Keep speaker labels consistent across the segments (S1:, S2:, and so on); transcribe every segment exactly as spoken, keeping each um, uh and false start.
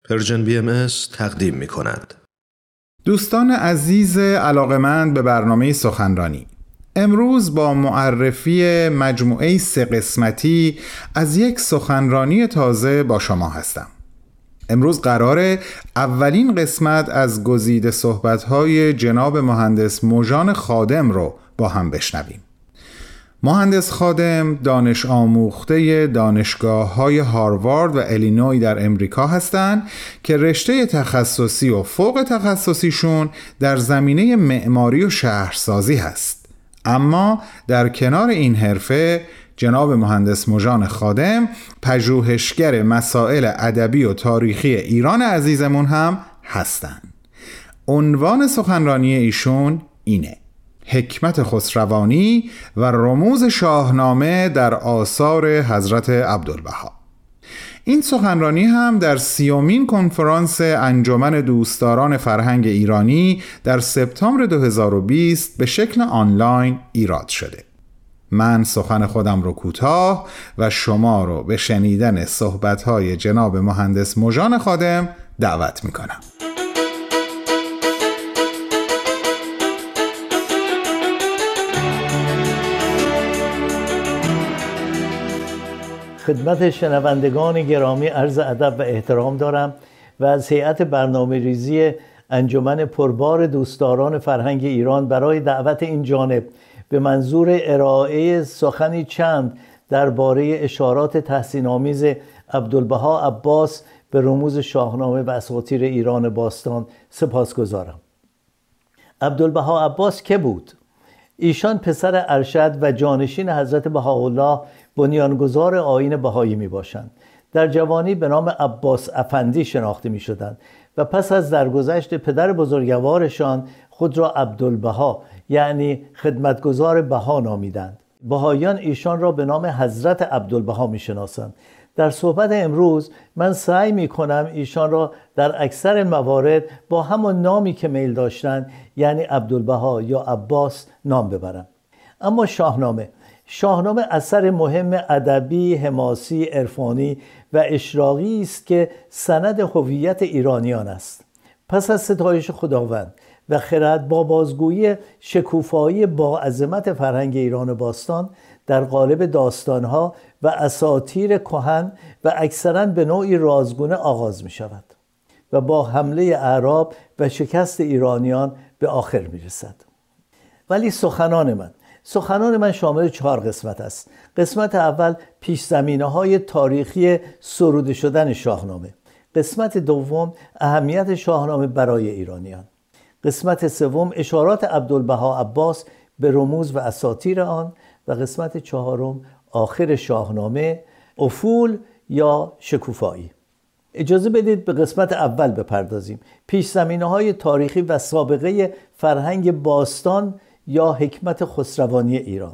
S1: پرژن بی ام اس تقدیم می کند.
S2: دوستان عزیز علاقمند به برنامه سخنرانی، امروز با معرفی مجموعه سه قسمتی از یک سخنرانی تازه با شما هستم. امروز قراره اولین قسمت از گزیده صحبت‌های جناب مهندس موژان خادم رو با هم بشنویم. مهندس خادم دانش آموخته دانشگاه‌های هاروارد و ایلینوی در امریکا هستند که رشته تخصصی و فوق تخصصیشون در زمینه معماری و شهرسازی هست. اما در کنار این حرفه جناب مهندس موژان خادم پژوهشگر مسائل ادبی و تاریخی ایران عزیزمون هم هستند. عنوان سخنرانی ایشون اینه: حکمت خسروانی و رموز شاهنامه در آثار حضرت عبدالبها. این سخنرانی هم در سیومین کنفرانس انجمن دوستداران فرهنگ ایرانی در سپتامبر دو هزار و بیست به شکل آنلاین ایراد شده. من سخن خودم رو کوتاه و شما رو به شنیدن صحبت‌های جناب مهندس موژان خادم دعوت می‌کنم.
S3: خدمت شنوندگان گرامی عرض ادب و احترام دارم و از هیئت برنامه ریزی انجمن پربار دوستداران فرهنگ ایران برای دعوت این جانب به منظور ارائه سخنی چند درباره اشارات تحسین‌آمیز عبدالبها عباس به رموز شاهنامه و اساطیر ایران باستان سپاسگزارم. عبدالبها عباس که بود؟ ایشان پسر ارشد و جانشین حضرت بهاءالله بنیانگذار آیین بهایی می باشند. در جوانی به نام عباس افندی شناخته می شدند و پس از درگذشت پدر بزرگوارشان خود را عبدالبها یعنی خدمتگزار بها نامیدند. بهاییان ایشان را به نام حضرت عبدالبها می شناسند. در صحبت امروز من سعی می کنم ایشان را در اکثر موارد با همان نامی که میل داشتند یعنی عبدالبها یا عباس نام ببرم. اما شاهنامه شاهنامه اثر مهم ادبی، حماسی، عرفانی و اشراقی است که سند هویت ایرانیان است. پس از ستایش خداوند و خرد با بازگویی شکوفایی با عظمت فرهنگ ایران باستان در قالب داستانها و اساطیر کهن و اکثراً به نوعی رازگونه آغاز می شود و با حمله اعراب و شکست ایرانیان به آخر می رسد. ولی سخنان من سخنان من شامل چهار قسمت است. قسمت اول پیش زمینه های تاریخی سروده شدن شاهنامه. قسمت دوم اهمیت شاهنامه برای ایرانیان. قسمت سوم اشارات عبدالبها عباس به رموز و اساطیر آن و قسمت چهارم آخر شاهنامه، افول یا شکوفایی. اجازه بدید به قسمت اول بپردازیم. پیش زمینه های تاریخی و سابقه فرهنگ باستان یا حکمت خسروانی ایران.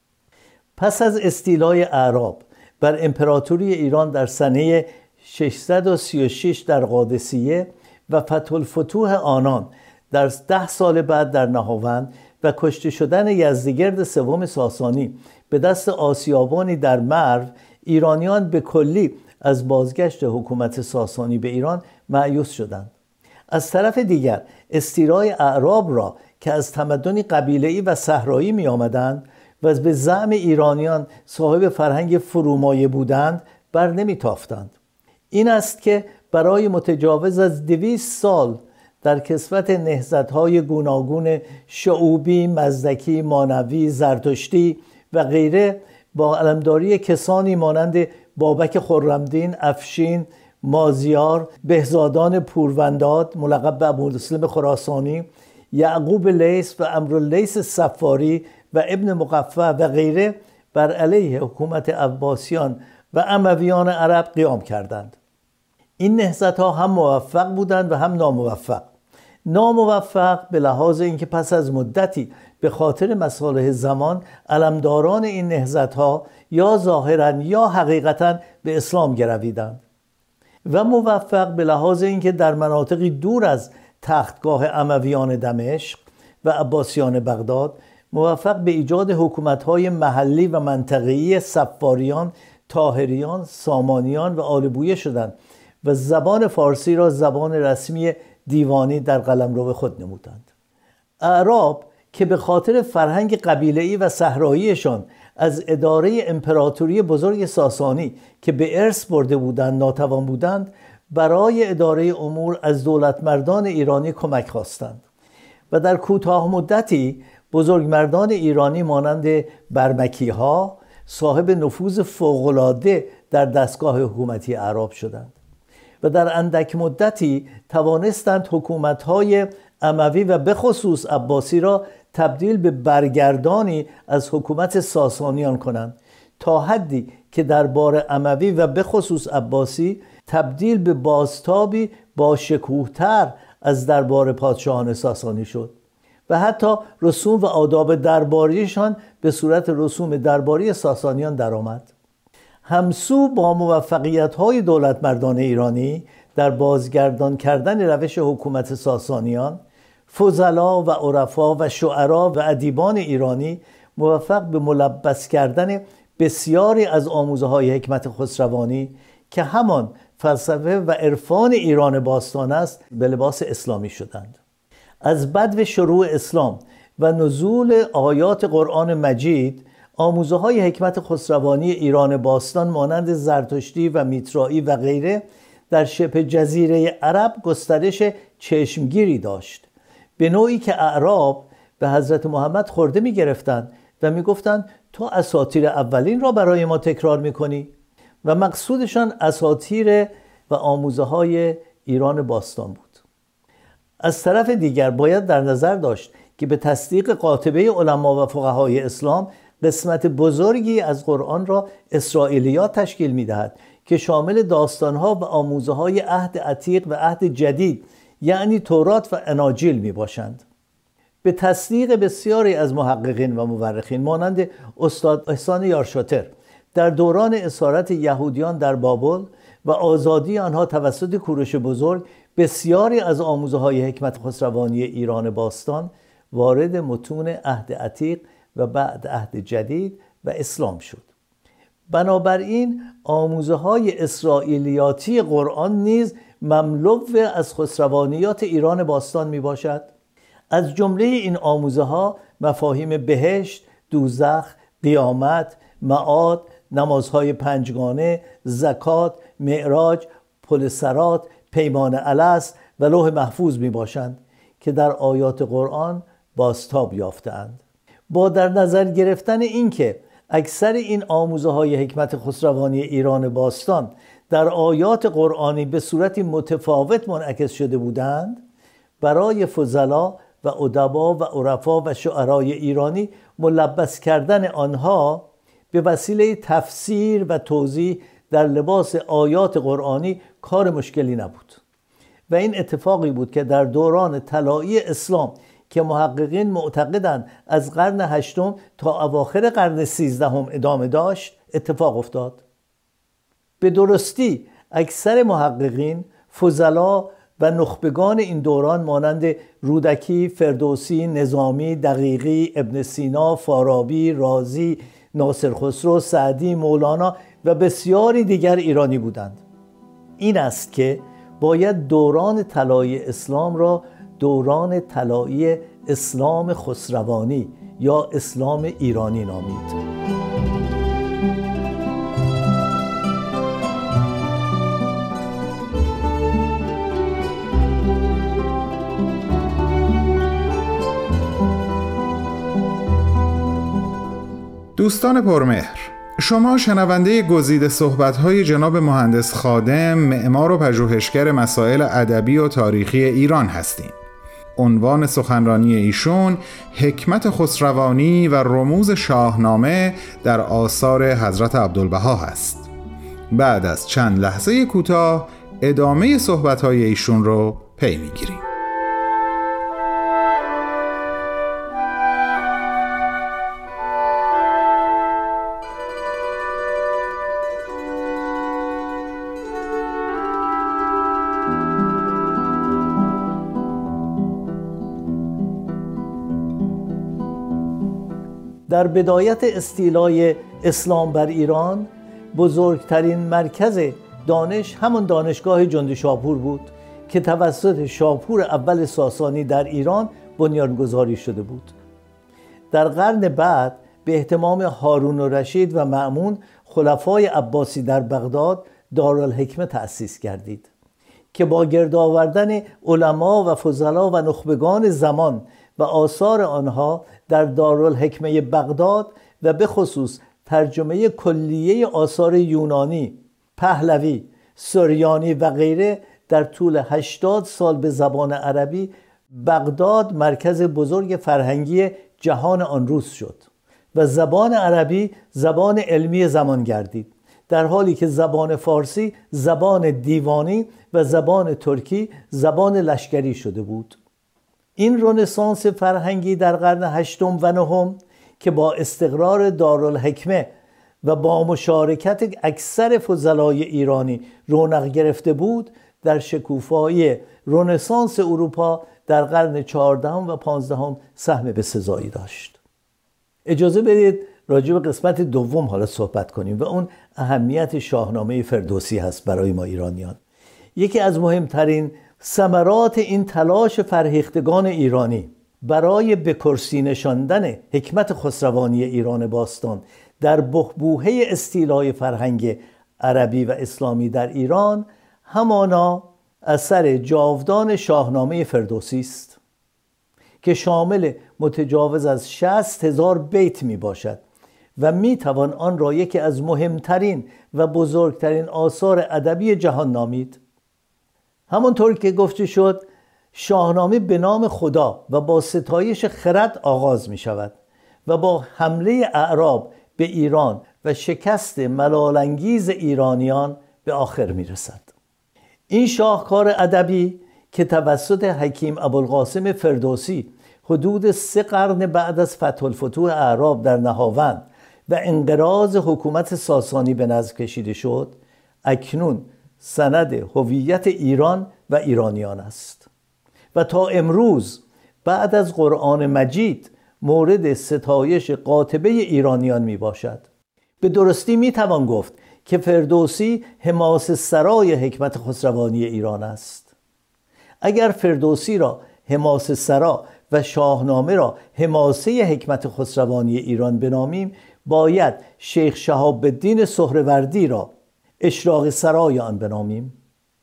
S3: پس از استیلای اعراب بر امپراتوری ایران در سنه ششصد و سی و شش در قادسیه و فتح الفتوح آنان در ده سال بعد در نهاوند و کشته شدن یزدگرد سوم ساسانی به دست آسیابانی در مرو، ایرانیان به کلی از بازگشت حکومت ساسانی به ایران مایوس شدند. از طرف دیگر استیلای اعراب را که از تمدنی قبیله‌ای و صحرایی می آمدند و به زعم ایرانیان صاحب فرهنگ فرومایه بودند بر نمی تافتند. این است که برای متجاوز از دویست سال در کسوت نهضت‌های گوناگون شعوبی، مزدکی، مانوی، زرتشتی و غیره با علمداری کسانی مانند بابک خرمدین، افشین، مازیار، بهزادان پورونداد ملقب به ابوالمسلم خراسانی، یعقوب لیث و امراللیث صفاری و ابن مقفع و غیره بر علیه حکومت عباسیان و امویان عرب قیام کردند. این نهضت‌ها هم موفق بودند و هم ناموفق. ناموفق به لحاظ اینکه پس از مدتی به خاطر مصالح زمان علمداران این نهضت‌ها یا ظاهراً یا حقیقتاً به اسلام گرویدند، و موفق به لحاظ اینکه در مناطقی دور از تختگاه امویان دمشق و عباسیان بغداد موفق به ایجاد حکومت‌های محلی و منطقه‌ای صفاریان، طاهریان، سامانیان و آل بویه شدند و زبان فارسی را زبان رسمی دیوانی در قلمرو خود نمودند. اعراب که به خاطر فرهنگ قبیله‌ای و صحراییشان از اداره امپراتوری بزرگ ساسانی که به ارث برده بودند ناتوان بودند، برای اداره امور از دولتمردان ایرانی کمک خواستند و در کوتاه مدتی بزرگمردان ایرانی مانند برمکی‌ها صاحب نفوذ فوق‌العاده در دستگاه حکومتی اعراب شدند و در اندک مدتی توانستند حکومت‌های اموی و به خصوص عباسی را تبدیل به برگردانی از حکومت ساسانیان کنند، تا حدی که دربار اموی و به خصوص عباسی تبدیل به بازتابی با شکوه‌تر از دربار پادشاهان ساسانی شد و حتی رسوم و آداب درباریشان به صورت رسوم درباری ساسانیان درآمد. همسو با موفقیت‌های دولتمردان ایرانی در بازگردان کردن روش حکومت ساسانیان، فضلا و عرفا و شعرا و ادیبان ایرانی موفق به ملبس کردن بسیاری از آموزه‌های حکمت خسروانی که همان فلسفه و عرفان ایران باستان است به لباس اسلامی شدند. از بدو شروع اسلام و نزول آیات قرآن مجید، آموزه‌های حکمت خسروانی ایران باستان مانند زرتشتی و میترایی و غیره در شبه جزیره عرب گسترش چشمگیری داشت، به نوعی که اعراب به حضرت محمد خورده می گرفتند و می گفتند تو اساطیر اولین را برای ما تکرار می کنی، و مقصودشان اساطیر و آموزه های ایران باستان بود. از طرف دیگر باید در نظر داشت که به تصدیق قاطبه علما و فقهای اسلام قسمت بزرگی از قرآن را اسرائیلیات تشکیل می دهد که شامل داستانها و آموزه های عهد عتیق و عهد جدید، یعنی تورات و اناجیل می باشند. به تصدیق بسیاری از محققین و مورخین مانند استاد احسان یارشاتر در دوران اسارت یهودیان در بابل و آزادی آنها توسط کوروش بزرگ، بسیاری از آموزه های حکمت خسروانی ایران باستان وارد متون عهد عتیق و بعد عهد جدید و اسلام شد. بنابراین آموزه های اسرائیلیاتی قرآن نیز مملو از خسروانیات ایران باستان می باشد. از جمله این آموزه ها مفاهیم بهشت، دوزخ، قیامت، معاد، نمازهای پنجگانه، زکات، معراج، پل صراط، پیمان الست و لوح محفوظ می باشند که در آیات قرآن بازتاب یافتند. با در نظر گرفتن اینکه اکثر این آموزه های حکمت خسروانی ایران باستان در آیات قرآنی به صورتی متفاوت منعکس شده بودند، برای فضلا و ادبا و عرفا و شعرای ایرانی ملبس کردن آنها به وسیله تفسیر و توضیح در لباس آیات قرآنی کار مشکلی نبود و این اتفاقی بود که در دوران طلایی اسلام که محققین معتقدند از قرن هشتم تا اواخر قرن سیزدهم ادامه داشت اتفاق افتاد. به درستی اکثر محققین، فضلا و نخبگان این دوران مانند رودکی، فردوسی، نظامی، دقیقی، ابن سینا، فارابی، رازی، ناصر خسرو، سعدی، مولانا و بسیاری دیگر ایرانی بودند. این است که باید دوران طلایی اسلام را دوران طلایی اسلام خسروانی یا اسلام ایرانی نامید.
S2: دوستان پرمهر، شما شنونده گزیده صحبت‌های جناب مهندس خادم، معمار و پژوهشگر مسائل ادبی و تاریخی ایران هستید. عنوان سخنرانی ایشون حکمت خسروانی و رموز شاهنامه در آثار حضرت عبدالبها هست. بعد از چند لحظه کوتاه ادامه صحبت‌های ایشون رو پی می‌گیریم.
S3: در بدایت استیلای اسلام بر ایران، بزرگترین مرکز دانش همان دانشگاه جند شاپور بود که توسط شاپور اول ساسانی در ایران بنیانگذاری شده بود. در قرن بعد به اهتمام هارون الرشید و مأمون خلفای عباسی در بغداد دارالحکمه تأسیس گردید که با گرد آوردن علما و فضلا و نخبگان زمان و آثار آنها در دارالحکمه بغداد و به خصوص ترجمه کلیه آثار یونانی، پهلوی، سریانی و غیره در طول هشتاد سال به زبان عربی، بغداد مرکز بزرگ فرهنگی جهان آن روز شد و زبان عربی زبان علمی زمان گردید، در حالی که زبان فارسی زبان دیوانی و زبان ترکی زبان لشکری شده بود. این رنسانس فرهنگی در قرن هشتم و نهم که با استقرار دارالحکمه و با مشارکت اکثر فضلای ایرانی رونق گرفته بود، در شکوفایی رنسانس اروپا در قرن چهاردهم و پانزدهم سهم بسزایی داشت. اجازه بدید راجع به قسمت دوم حالا صحبت کنیم و اون اهمیت شاهنامه فردوسی هست برای ما ایرانیان. یکی از مهمترین ثمرات این تلاش فرهیختگان ایرانی برای به کرسی نشاندن حکمت خسروانی ایران باستان در بحبوحه استیلای فرهنگ عربی و اسلامی در ایران همانا اثر جاودان شاهنامه فردوسی است که شامل متجاوز از شصت هزار بیت می باشد و می توان آن را یکی از مهمترین و بزرگترین آثار ادبی جهان نامید. همانطور که گفته شد، شاهنامه به نام خدا و با ستایش خرد آغاز می شود و با حمله اعراب به ایران و شکست ملالانگیز ایرانیان به آخر می رسد. این شاهکار ادبی که توسط حکیم ابوالقاسم فردوسی حدود سه قرن بعد از فتح الفتوح اعراب در نهاوند و انقراض حکومت ساسانی به نظم کشیده شد، اکنون سند هویت ایران و ایرانیان است و تا امروز بعد از قرآن مجید مورد ستایش قاطبه ایرانیان می باشد. به درستی می توان گفت که فردوسی حماسه سرای حکمت خسروانی ایران است. اگر فردوسی را حماسه سرا و شاهنامه را حماسه حکمت خسروانی ایران بنامیم، باید شیخ شهاب الدین سهروردی را اشراق سرای آن بنامیم.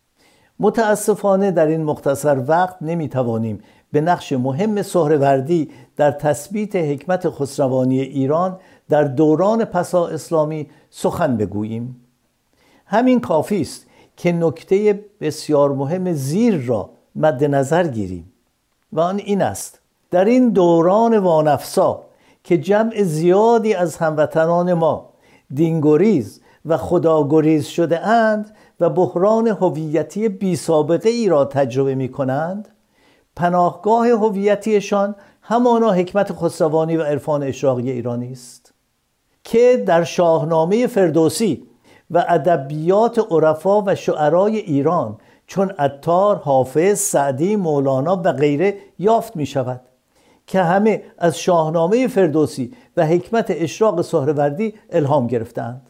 S3: متاسفانه در این مختصر وقت نمیتوانیم به نقش مهم سهروردی در تثبیت حکمت خسروانی ایران در دوران پسا اسلامی سخن بگوییم. همین کافی است که نکته بسیار مهم زیر را مد نظر گیریم و آن این است: در این دوران وانفسا که جمع زیادی از هموطنان ما دینگریز و خداگریز شده اند و بحران هویتی بی سابقه ای را تجربه می کنند، پناهگاه هویتیشان همانا حکمت خسروانی و عرفان اشراقی ایرانی است که در شاهنامه فردوسی و ادبیات عرفا و شعرای ایران چون عطار، حافظ، سعدی، مولانا و غیره یافت می شود که همه از شاهنامه فردوسی و حکمت اشراق سهروردی الهام گرفتند.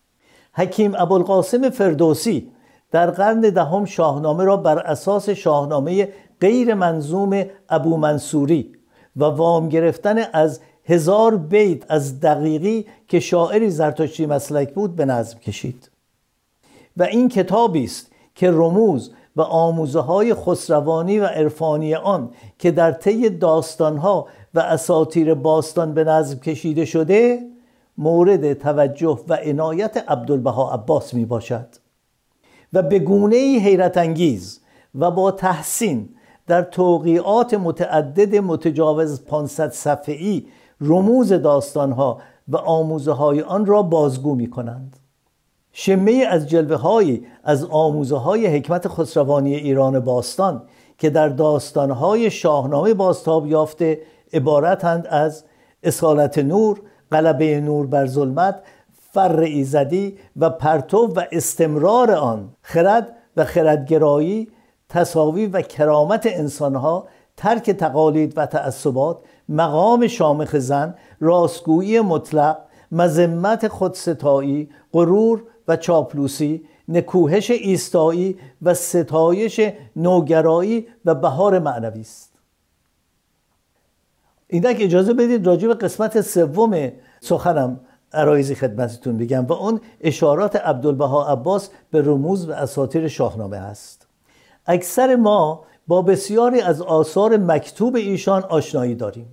S3: حکیم ابوالقاسم فردوسی در قرن دهم شاهنامه را بر اساس شاهنامه غیر منظوم ابو منصوری و وام گرفتن از هزار بیت از دقیقی که شاعری زرتشتی مسلک بود به نظم کشید و این کتابی است که رموز و آموزه‌های خسروانی و عرفانی آن که در طی داستان‌ها و اساطیر باستان به نظم کشیده شده مورد توجه و عنایت عبدالبها عباس می باشد و به گونه‌ای حیرت انگیز و با تحسین در توقیعات متعدد متجاوز پانصد صفحه‌ای رموز داستان‌ها و آموزه‌های آن را بازگو می‌کنند. شمه از جلوه‌هایی از آموزه‌های حکمت خسروانی ایران باستان که در داستان‌های شاهنامه بازتاب یافته عبارتند از اصالت نور، غلبه نور بر ظلمت، فر ایزدی و پرتو و استمرار آن، خرد و خردگرایی، تساوی و کرامت انسانها، ترک تقالید و تعصبات، مقام شامخ زن، راستگویی مطلق، مذمت خودستایی، غرور و چاپلوسی، نکوهش ایستایی و ستایش نوگرایی و بهار معنوی است. اینک اجازه بدید راجع به قسمت سوم سخنم عرایزی خدمتتون بگم و اون اشارات عبدالبها عباس به رموز و اساطیر شاهنامه است. اکثر ما با بسیاری از آثار مکتوب ایشان آشنایی داریم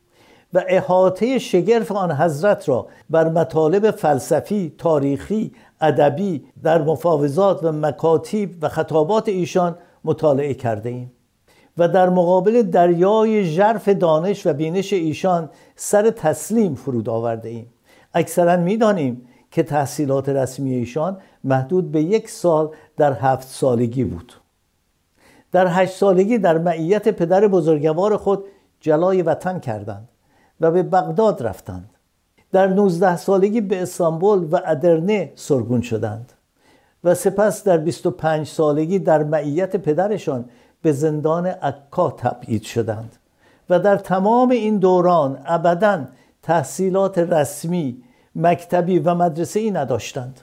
S3: و احاطه شگرف آن حضرت را بر مطالب فلسفی، تاریخی، ادبی در مفاوضات و مکاتیب و خطابات ایشان مطالعه کرده ایم و در مقابل دریای ژرف دانش و بینش ایشان سر تسلیم فرود آورده ایم. اکثرا می‌دانیم که تحصیلات رسمی ایشان محدود به یک سال در هفت سالگی بود. در هشت سالگی در معیت پدر بزرگوار خود جلای وطن کردند و به بغداد رفتند. در نوزده سالگی به استانبول و ادرنه سرگون شدند و سپس در بیست و پنج سالگی در معیت پدرشان به زندان عکا تبعید شدند و در تمام این دوران ابداً تحصیلات رسمی، مکتبی و مدرسه‌ای نداشتند.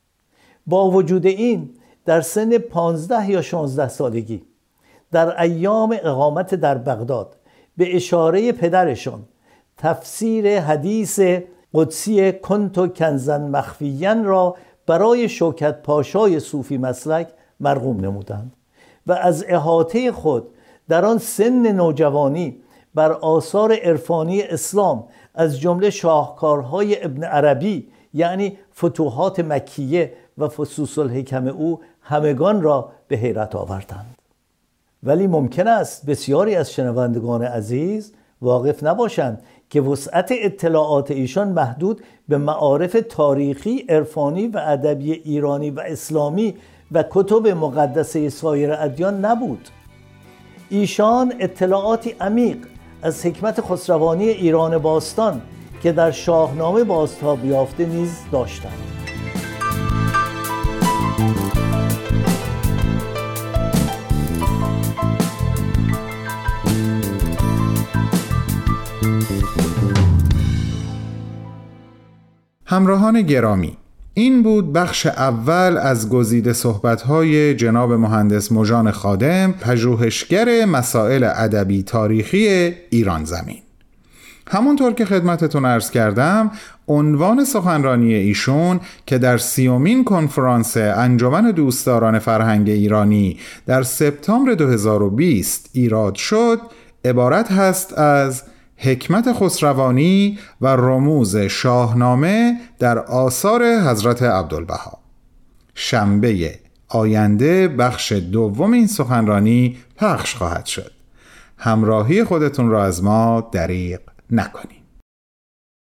S3: با وجود این در سن پانزده یا شانزده سالگی در ایام اقامت در بغداد به اشاره پدرشان تفسیر حدیث قدسی کنت کنزا مخفیا را برای شوکت پاشای صوفی مسلک مرغوم نمودند و از احاطه خود در آن سن نوجوانی بر آثار عرفانی اسلام از جمله شاهکارهای ابن عربی یعنی فتوحات مکیه و فصوص الحکم او همگان را به حیرت آوردند. ولی ممکن است بسیاری از شنوندگان عزیز واقف نباشند که وسعت اطلاعات ایشان محدود به معارف تاریخی، عرفانی و ادبی ایرانی و اسلامی و کتب مقدسه سایر ادیان نبود. ایشان اطلاعاتی عمیق از حکمت خسروانی ایران باستان که در شاهنامه بازتاب یافته نیز داشتند.
S2: همراهان گرامی، این بود بخش اول از گزیده صحبت‌های جناب مهندس مژان خادم، پژوهشگر مسائل ادبی تاریخی ایران زمین. همونطور که خدمتتون عرض کردم، عنوان سخنرانی ایشون که در سیومین کنفرانس انجمن دوستداران فرهنگ ایرانی در سپتامبر دو هزار و بیست ایراد شد، عبارت هست از حکمت خسروانی و رموز شاهنامه در آثار حضرت عبدالبها. شنبه آینده بخش دوم این سخنرانی پخش خواهد شد. همراهی خودتون را از ما دریغ نکنید.